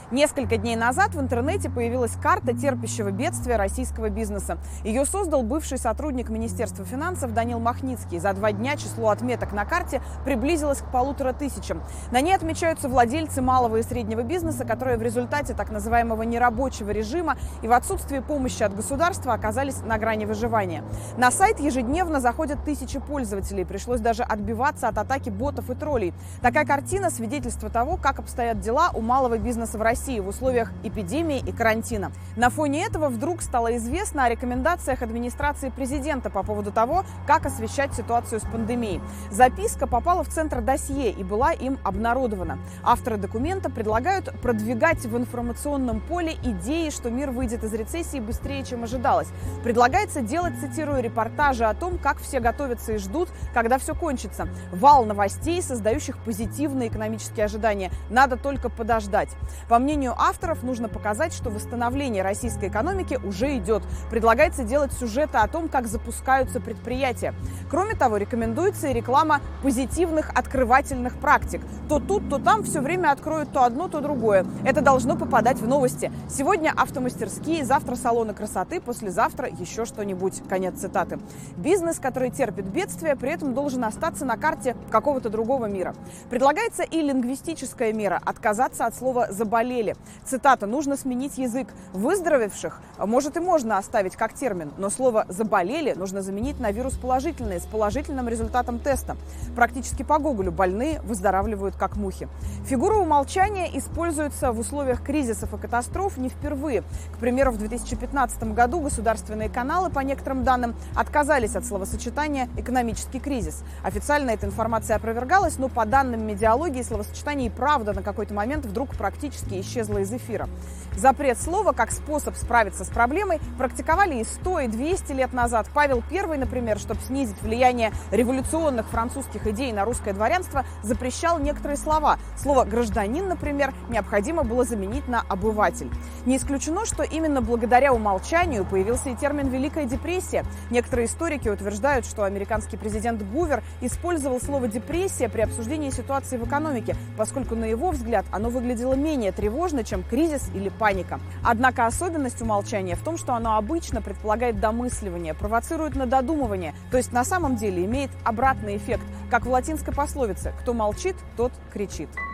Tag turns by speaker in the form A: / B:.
A: Несколько дней назад в интернете появилась карта терпящего бедствия российского бизнеса. Ее создал бывший сотрудник Министерства финансов Данил Махницкий. За 2 дня число отметок на карте приблизилось к 1500. На ней отмечаются владельцы малого и среднего бизнеса, которые в результате так называемого нерабочего режима и в отсутствии помощи от государства оказались на грани выживания. На сайт ежедневно заходят тысячи пользователей. Пришлось даже отбиваться от атаки ботов и троллей. Такая картина – свидетельство того, как обстоят дела у малого бизнеса в России в условиях эпидемии и карантина. На фоне этого вдруг стало известно о рекомендациях администрации президента по поводу того, как освещать ситуацию с пандемией. Записка попала в центр досье и была им обнародована. Авторы документа предлагают продвигать в информационном поле идеи, что мир выйдет из рецессии быстрее, чем ожидалось. Предлагается делать, цитирую, репортажи о том, как все готовятся и ждут, когда все кончится. Вал новостей, создающих позитивные экономические ожидания. Надо только подождать. По мнению авторов, нужно показать, что восстановление российской экономики уже идет. Предлагается делать сюжеты о том, как запускаются предприятия. Кроме того, рекомендуется и реклама позитивных открывательных практик. То тут, то там все время откроют то одно, то другое. Это должно попадать в новости. Сегодня автомастерские, завтра салоны красоты, послезавтра еще что-нибудь. Конец цитаты. Бизнес, который терпит бедствие, при этом должен остаться на карте какого-то другого мира. Предлагается и лингвистическая мера – отказаться от слова «заболели». Цитата: «Нужно сменить язык. Выздоровевших, может, и можно оставить как термин, но слово «заболели» нужно заменить на вирус положительный с положительным результатом теста. Практически по Гоголю больные выздоравливают как мухи». Фигура умолчания используется в условиях кризисов и катастроф не впервые. К примеру, в 2015 году государственные каналы, по некоторым данным, отказались от словосочетания «экономический кризис». Официально эта информация опровергалась, но по данным медиалогии словосочетание и правда на какой-то момент вдруг практически исчезло из эфира. Запрет слова как способ справиться с проблемой практиковали и 100, и 200 лет назад. Павел I, например, чтобы снизить влияние революционных французских идей на русское дворянство, запрещал некоторые слова. Слово «гражданин», например, необходимо было заменить на «обыватель». Не исключено, что именно благодаря умолчанию появился и термин «Великая депрессия». Некоторые историки утверждают, что американский президент Гувер использовал слово «депрессия» при обсуждении ситуации в экономике, поскольку, на его взгляд, оно выглядело менее тревожно, чем кризис или паника. Однако особенность умолчания в том, что оно обычно предполагает домысливание, провоцирует на додумывание, то есть на самом деле имеет обратный эффект, как в латинской пословице: «Кто молчит, тот кричит».